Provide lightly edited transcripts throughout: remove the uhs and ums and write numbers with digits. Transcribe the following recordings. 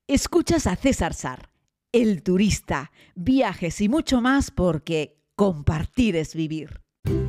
Escuchas a César Sar, el turista, viajes y mucho más porque compartir es vivir.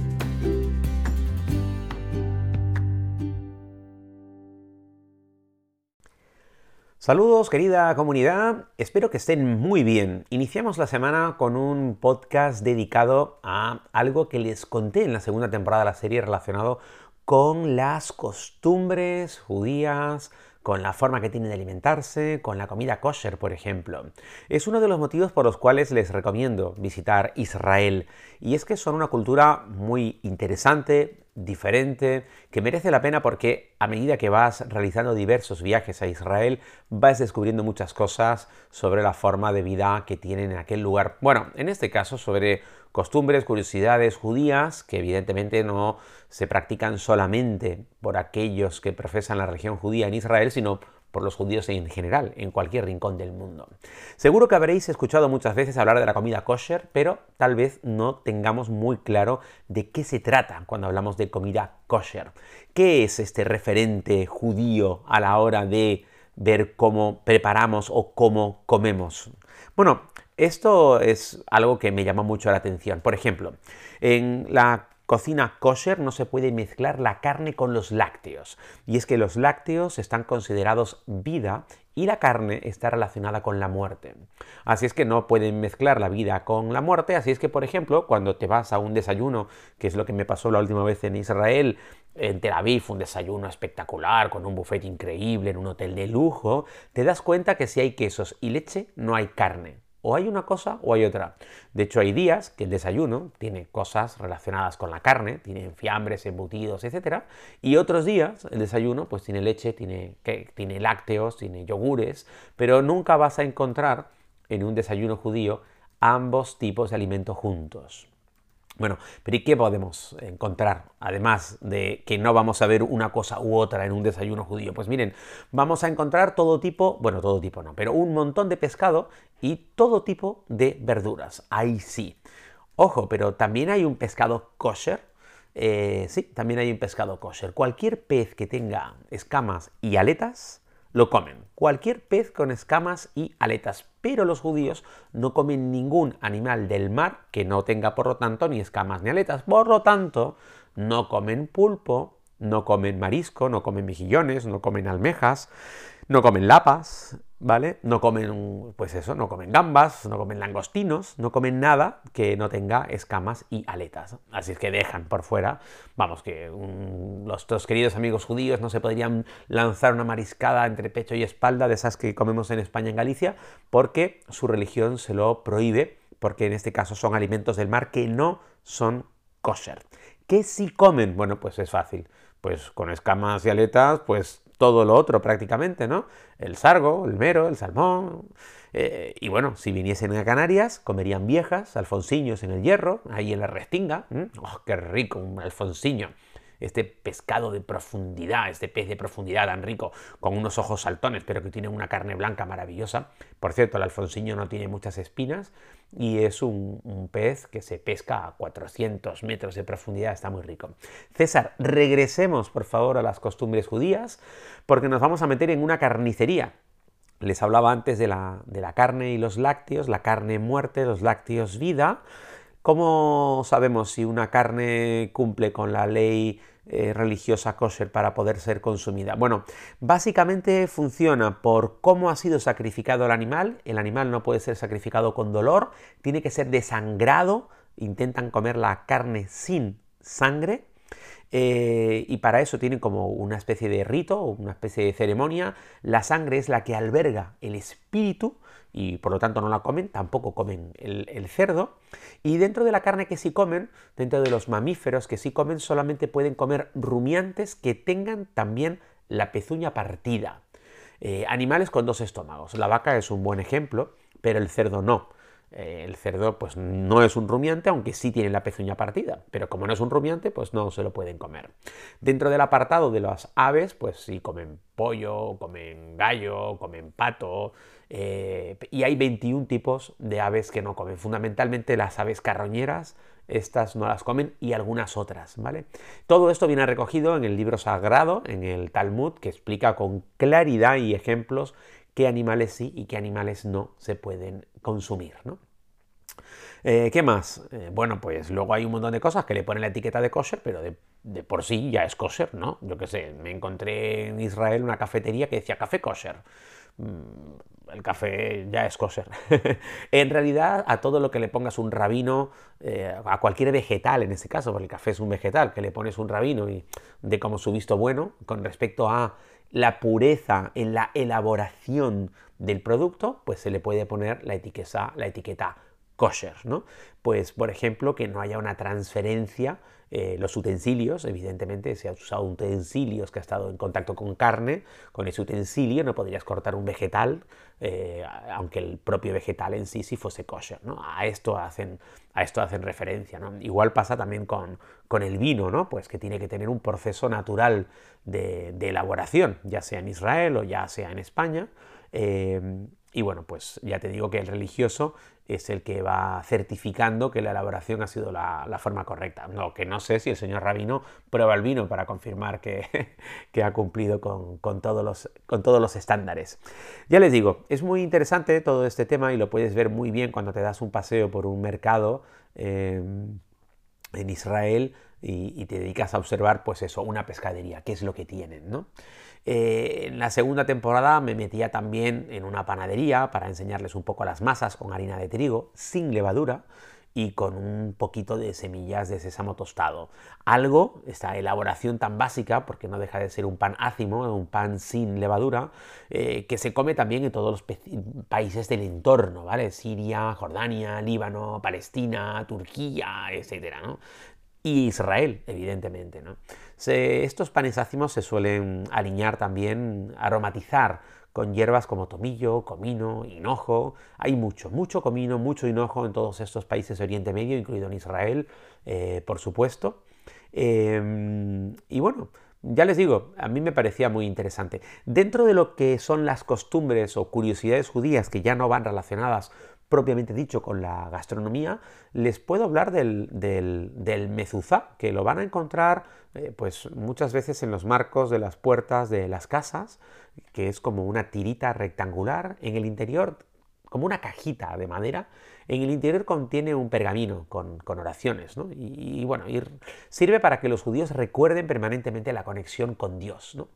Saludos, querida comunidad, espero que estén muy bien. Iniciamos la semana con un podcast dedicado a algo que les conté en la segunda temporada de la serie relacionado con las costumbres judías, con la forma que tienen de alimentarse, con la comida kosher, por ejemplo. Es uno de los motivos por los cuales les recomiendo visitar Israel, y es que son una cultura muy interesante, diferente, que merece la pena porque a medida que vas realizando diversos viajes a Israel, vas descubriendo muchas cosas sobre la forma de vida que tienen en aquel lugar. Bueno, en este caso sobre costumbres, curiosidades judías, que evidentemente no se practican solamente por aquellos que profesan la religión judía en Israel, sino por los judíos en general, en cualquier rincón del mundo. Seguro que habréis escuchado muchas veces hablar de la comida kosher, pero tal vez no tengamos muy claro de qué se trata cuando hablamos de comida kosher. ¿Qué es este referente judío a la hora de ver cómo preparamos o cómo comemos? Bueno, esto es algo que me llama mucho la atención. Por ejemplo, en la cocina kosher no se puede mezclar la carne con los lácteos. Y es que los lácteos están considerados vida y la carne está relacionada con la muerte. Así es que no pueden mezclar la vida con la muerte. Así es que, por ejemplo, cuando te vas a un desayuno, que es lo que me pasó la última vez en Israel, en Tel Aviv, un desayuno espectacular, con un buffet increíble, en un hotel de lujo, te das cuenta que si hay quesos y leche, no hay carne. O hay una cosa o hay otra. De hecho, hay días que el desayuno tiene cosas relacionadas con la carne, tiene fiambres, embutidos, etc. Y otros días el desayuno pues tiene leche, tiene lácteos, tiene yogures, pero nunca vas a encontrar en un desayuno judío ambos tipos de alimentos juntos. Bueno, pero ¿y qué podemos encontrar? Además de que no vamos a ver una cosa u otra en un desayuno judío. Pues miren, vamos a encontrar todo tipo, bueno, todo tipo no, pero un montón de pescado y todo tipo de verduras. Ahí sí. Ojo, pero también hay un pescado kosher. Sí, también hay un pescado kosher. Cualquier pez que tenga escamas y aletas, lo comen. Cualquier pez con escamas y aletas. Pero los judíos no comen ningún animal del mar que no tenga, por lo tanto, ni escamas ni aletas. Por lo tanto, no comen pulpo, no comen marisco, no comen mejillones, no comen almejas, no comen lapas, ¿vale? No comen, pues eso, no comen gambas, no comen langostinos, no comen nada que no tenga escamas y aletas. Así es que dejan por fuera, vamos, que nuestros queridos amigos judíos no se podrían lanzar una mariscada entre pecho y espalda de esas que comemos en España, en Galicia, porque su religión se lo prohíbe, porque en este caso son alimentos del mar que no son kosher. ¿Qué sí comen? Bueno, pues es fácil. Pues con escamas y aletas, pues todo lo otro prácticamente, ¿no? El sargo, el mero, el salmón. Y bueno, si viniesen a Canarias, comerían viejas, alfonsiños en el Hierro, ahí en la Restinga. ¡Oh, qué rico un alfonsiño! Este pescado de profundidad, este pez de profundidad tan rico, con unos ojos saltones, pero que tiene una carne blanca maravillosa. Por cierto, el alfonsiño no tiene muchas espinas y es un pez que se pesca a 400 metros de profundidad, está muy rico. César, regresemos por favor a las costumbres judías, porque nos vamos a meter en una carnicería. Les hablaba antes de la carne y los lácteos, la carne muerte, los lácteos vida. ¿Cómo sabemos si una carne cumple con la ley religiosa kosher para poder ser consumida? Bueno, básicamente funciona por cómo ha sido sacrificado el animal. El animal no puede ser sacrificado con dolor, tiene que ser desangrado. Intentan comer la carne sin sangre. Y para eso tienen como una especie de rito, una especie de ceremonia. La sangre es la que alberga el espíritu y por lo tanto no la comen, tampoco comen el cerdo. Y dentro de la carne que sí comen, dentro de los mamíferos que sí comen, solamente pueden comer rumiantes que tengan también la pezuña partida. Animales con dos estómagos. La vaca es un buen ejemplo, pero el cerdo no. El cerdo pues no es un rumiante, aunque sí tiene la pezuña partida, pero como no es un rumiante, pues no se lo pueden comer. Dentro del apartado de las aves, pues sí comen pollo, comen gallo, comen pato, y hay 21 tipos de aves que no comen. Fundamentalmente las aves carroñeras, estas no las comen, y algunas otras, ¿vale? Todo esto viene recogido en el libro sagrado, en el Talmud, que explica con claridad y ejemplos qué animales sí y qué animales no se pueden consumir, ¿no? ¿Qué más? Bueno, pues luego hay un montón de cosas que le ponen la etiqueta de kosher, pero de por sí ya es kosher, ¿no? Yo qué sé, me encontré en Israel una cafetería que decía café kosher. El café ya es kosher. En realidad, a todo lo que le pongas un rabino, a cualquier vegetal en este caso, porque el café es un vegetal, que le pones un rabino y de como su visto bueno con respecto a la pureza en la elaboración del producto, pues se le puede poner la etiqueta kosher, ¿no? Pues, por ejemplo, que no haya una transferencia, los utensilios, evidentemente, si has usado utensilios que ha estado en contacto con carne, con ese utensilio no podrías cortar un vegetal, aunque el propio vegetal en sí fuese kosher, ¿no? A esto hacen referencia, ¿no? Igual pasa también con el vino, ¿no? Pues que tiene que tener un proceso natural de elaboración, ya sea en Israel o ya sea en España. Y bueno, pues ya te digo que el religioso es el que va certificando que la elaboración ha sido la forma correcta. No, que no sé si el señor rabino prueba el vino para confirmar que ha cumplido con todos los estándares. Ya les digo, es muy interesante todo este tema y lo puedes ver muy bien cuando te das un paseo por un mercado en Israel y te dedicas a observar, pues eso, una pescadería, qué es lo que tienen, ¿no? En la segunda temporada me metía también en una panadería para enseñarles un poco las masas con harina de trigo, sin levadura y con un poquito de semillas de sésamo tostado. Algo, esta elaboración tan básica, porque no deja de ser un pan ácimo, un pan sin levadura, que se come también en todos los países del entorno, ¿vale? Siria, Jordania, Líbano, Palestina, Turquía, etcétera, ¿no? Y Israel, evidentemente, ¿no? Estos panes ácimos se suelen aliñar también, aromatizar con hierbas como tomillo, comino, hinojo. Hay mucho comino, mucho hinojo en todos estos países de Oriente Medio, incluido en Israel, por supuesto. Y bueno, ya les digo, a mí me parecía muy interesante. Dentro de lo que son las costumbres o curiosidades judías que ya no van relacionadas propiamente dicho con la gastronomía, les puedo hablar del mezuzá, que lo van a encontrar pues muchas veces en los marcos de las puertas de las casas, que es como una tirita rectangular en el interior, como una cajita de madera. En el interior contiene un pergamino con oraciones, ¿no? Y bueno, sirve para que los judíos recuerden permanentemente la conexión con Dios, ¿no?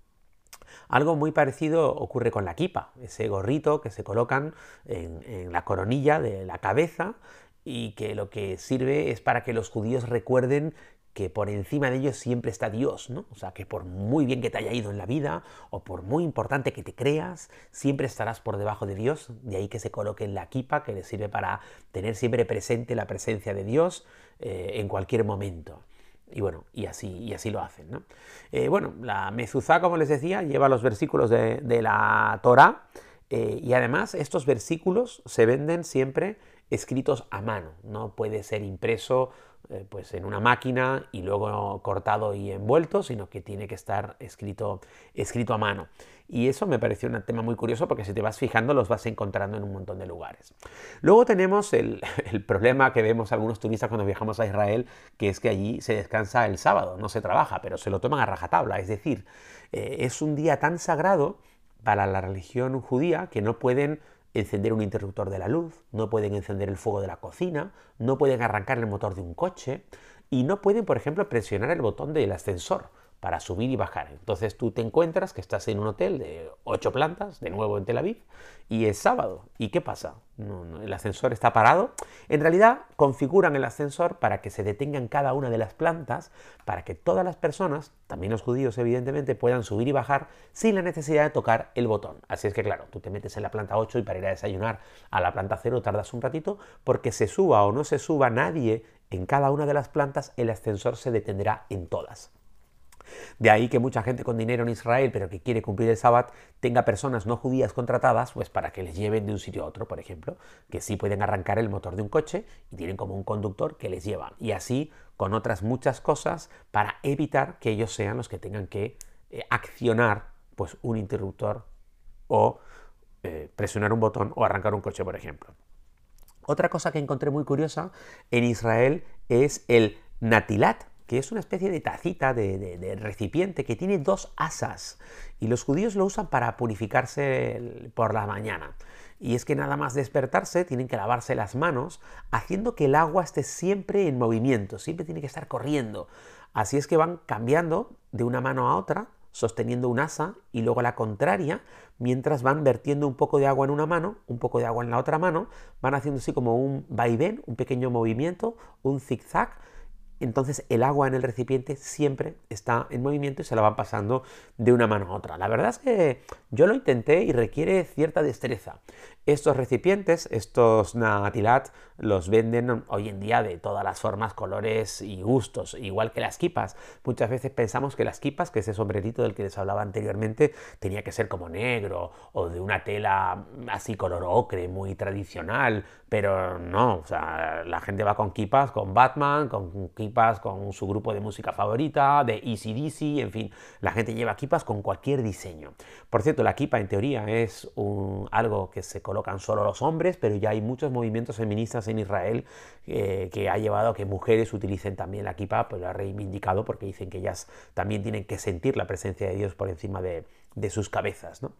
Algo muy parecido ocurre con la kipa, ese gorrito que se colocan en la coronilla de la cabeza y que lo que sirve es para que los judíos recuerden que por encima de ellos siempre está Dios, ¿no? O sea, que por muy bien que te haya ido en la vida o por muy importante que te creas, siempre estarás por debajo de Dios. De ahí que se coloque en la kipa, que les sirve para tener siempre presente la presencia de Dios en cualquier momento. Y bueno, y así lo hacen, ¿no? Bueno, la mezuzá, como les decía, lleva los versículos de la Torá y además estos versículos se venden siempre escritos a mano, no puede ser impreso pues en una máquina y luego cortado y envuelto, sino que tiene que estar escrito a mano. Y eso me pareció un tema muy curioso porque si te vas fijando los vas encontrando en un montón de lugares. Luego tenemos el problema que vemos algunos turistas cuando viajamos a Israel, que es que allí se descansa el sábado, no se trabaja, pero se lo toman a rajatabla. Es decir, es un día tan sagrado para la religión judía que no pueden encender un interruptor de la luz, no pueden encender el fuego de la cocina, no pueden arrancar el motor de un coche y no pueden, por ejemplo, presionar el botón del ascensor para subir y bajar. Entonces tú te encuentras que estás en un hotel de 8 plantas, de nuevo en Tel Aviv, y es sábado. ¿Y qué pasa? El ascensor está parado. En realidad configuran el ascensor para que se detenga en cada una de las plantas, para que todas las personas, también los judíos evidentemente, puedan subir y bajar sin la necesidad de tocar el botón. Así es que claro, tú te metes en la planta 8 y para ir a desayunar a la planta 0 tardas un ratito, porque se suba o no se suba nadie en cada una de las plantas, el ascensor se detendrá en todas. De ahí que mucha gente con dinero en Israel, pero que quiere cumplir el Sabbat, tenga personas no judías contratadas, pues para que les lleven de un sitio a otro, por ejemplo, que sí pueden arrancar el motor de un coche y tienen como un conductor que les lleva. Y así con otras muchas cosas para evitar que ellos sean los que tengan que accionar pues un interruptor o presionar un botón o arrancar un coche, por ejemplo. Otra cosa que encontré muy curiosa en Israel es el Natilat, que es una especie de tacita, de recipiente que tiene 2 asas, y los judíos lo usan para purificarse por la mañana. Y es que nada más despertarse tienen que lavarse las manos, haciendo que el agua esté siempre en movimiento, siempre tiene que estar corriendo. Así es que van cambiando de una mano a otra, sosteniendo un asa y luego la contraria, mientras van vertiendo un poco de agua en una mano, un poco de agua en la otra mano, van haciendo así como un vaivén, un pequeño movimiento, un zigzag. Entonces el agua en el recipiente siempre está en movimiento y se la van pasando de una mano a otra. La verdad es que yo lo intenté y requiere cierta destreza. Estos recipientes, estos natilat, los venden hoy en día de todas las formas, colores y gustos, igual que las kipas. Muchas veces pensamos que las kipas, que ese sombrerito del que les hablaba anteriormente, tenía que ser como negro o de una tela así color ocre, muy tradicional, pero no, o sea, la gente va con kipas, con Batman, con kipas con su grupo de música favorita, de AC/DC, en fin, la gente lleva kipas con cualquier diseño. Por cierto, la kipa en teoría es algo que se colocan solo los hombres, pero ya hay muchos movimientos feministas en Israel que ha llevado a que mujeres utilicen también la kipa, pues lo ha reivindicado porque dicen que ellas también tienen que sentir la presencia de Dios por encima de sus cabezas, ¿no?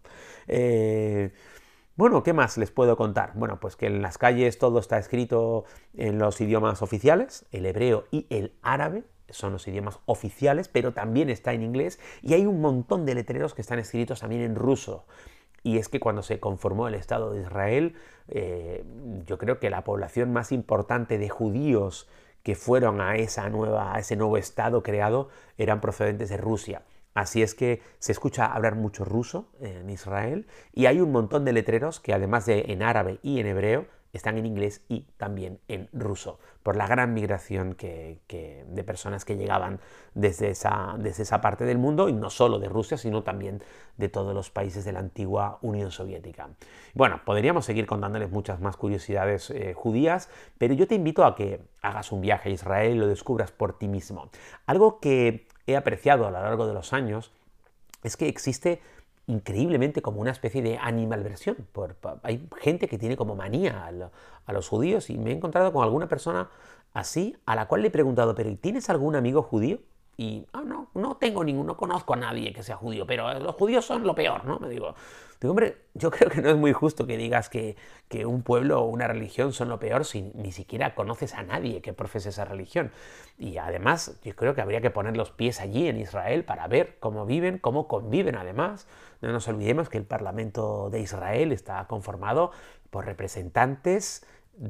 Bueno, ¿qué más les puedo contar? Bueno, pues que en las calles todo está escrito en los idiomas oficiales, el hebreo y el árabe son los idiomas oficiales, pero también está en inglés, y hay un montón de letreros que están escritos también en ruso. Y es que cuando se conformó el Estado de Israel, yo creo que la población más importante de judíos que fueron a ese nuevo Estado creado eran procedentes de Rusia. Así es que se escucha hablar mucho ruso en Israel, y hay un montón de letreros que, además de en árabe y en hebreo, están en inglés y también en ruso, por la gran migración de personas que llegaban desde esa parte del mundo, y no solo de Rusia, sino también de todos los países de la antigua Unión Soviética. Bueno, podríamos seguir contándoles muchas más curiosidades judías, pero yo te invito a que hagas un viaje a Israel y lo descubras por ti mismo. Algo que he apreciado a lo largo de los años es que existe increíblemente como una especie de animalversión. Hay gente que tiene como manía a los judíos, y me he encontrado con alguna persona así a la cual le he preguntado, ¿pero tienes algún amigo judío? Y, no tengo ninguno, no conozco a nadie que sea judío, pero los judíos son lo peor, ¿no? Me digo, hombre, yo creo que no es muy justo que digas que un pueblo o una religión son lo peor si ni siquiera conoces a nadie que profese esa religión. Y además, yo creo que habría que poner los pies allí en Israel para ver cómo viven, cómo conviven además. No nos olvidemos que el Parlamento de Israel está conformado por representantes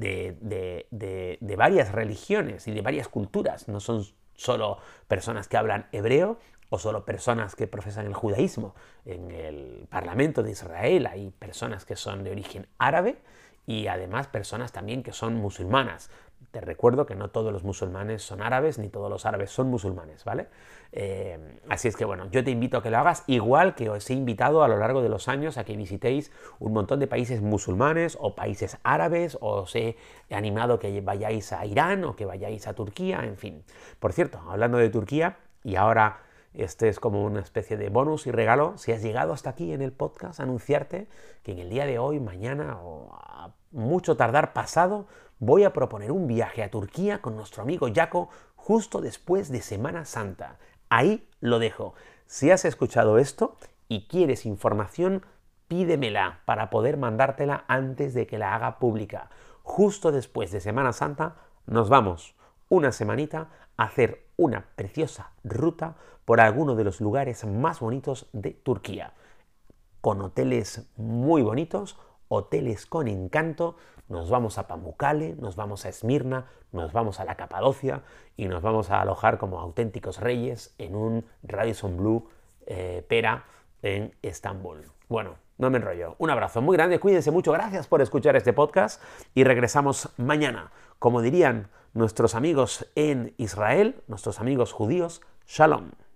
de varias religiones y de varias culturas. No son solo personas que hablan hebreo o solo personas que profesan el judaísmo. En el Parlamento de Israel hay personas que son de origen árabe y además personas también que son musulmanas. Te recuerdo que no todos los musulmanes son árabes, ni todos los árabes son musulmanes, ¿vale? Así es que, bueno, yo te invito a que lo hagas, igual que os he invitado a lo largo de los años a que visitéis un montón de países musulmanes o países árabes, o os he animado a que vayáis a Irán o que vayáis a Turquía, en fin. Por cierto, hablando de Turquía, y ahora este es como una especie de bonus y regalo, si has llegado hasta aquí en el podcast, anunciarte que en el día de hoy, mañana o a mucho tardar pasado, voy a proponer un viaje a Turquía con nuestro amigo Jaco justo después de Semana Santa. Ahí lo dejo. Si has escuchado esto y quieres información, pídemela para poder mandártela antes de que la haga pública. Justo después de Semana Santa nos vamos una semanita a hacer una preciosa ruta por alguno de los lugares más bonitos de Turquía, con hoteles muy bonitos, hoteles con encanto. Nos vamos a Pamukkale, nos vamos a Esmirna, nos vamos a la Capadocia y nos vamos a alojar como auténticos reyes en un Radisson Blu Pera en Estambul. Bueno, no me enrollo. Un abrazo muy grande, cuídense mucho, gracias por escuchar este podcast y regresamos mañana. Como dirían nuestros amigos en Israel, nuestros amigos judíos, Shalom.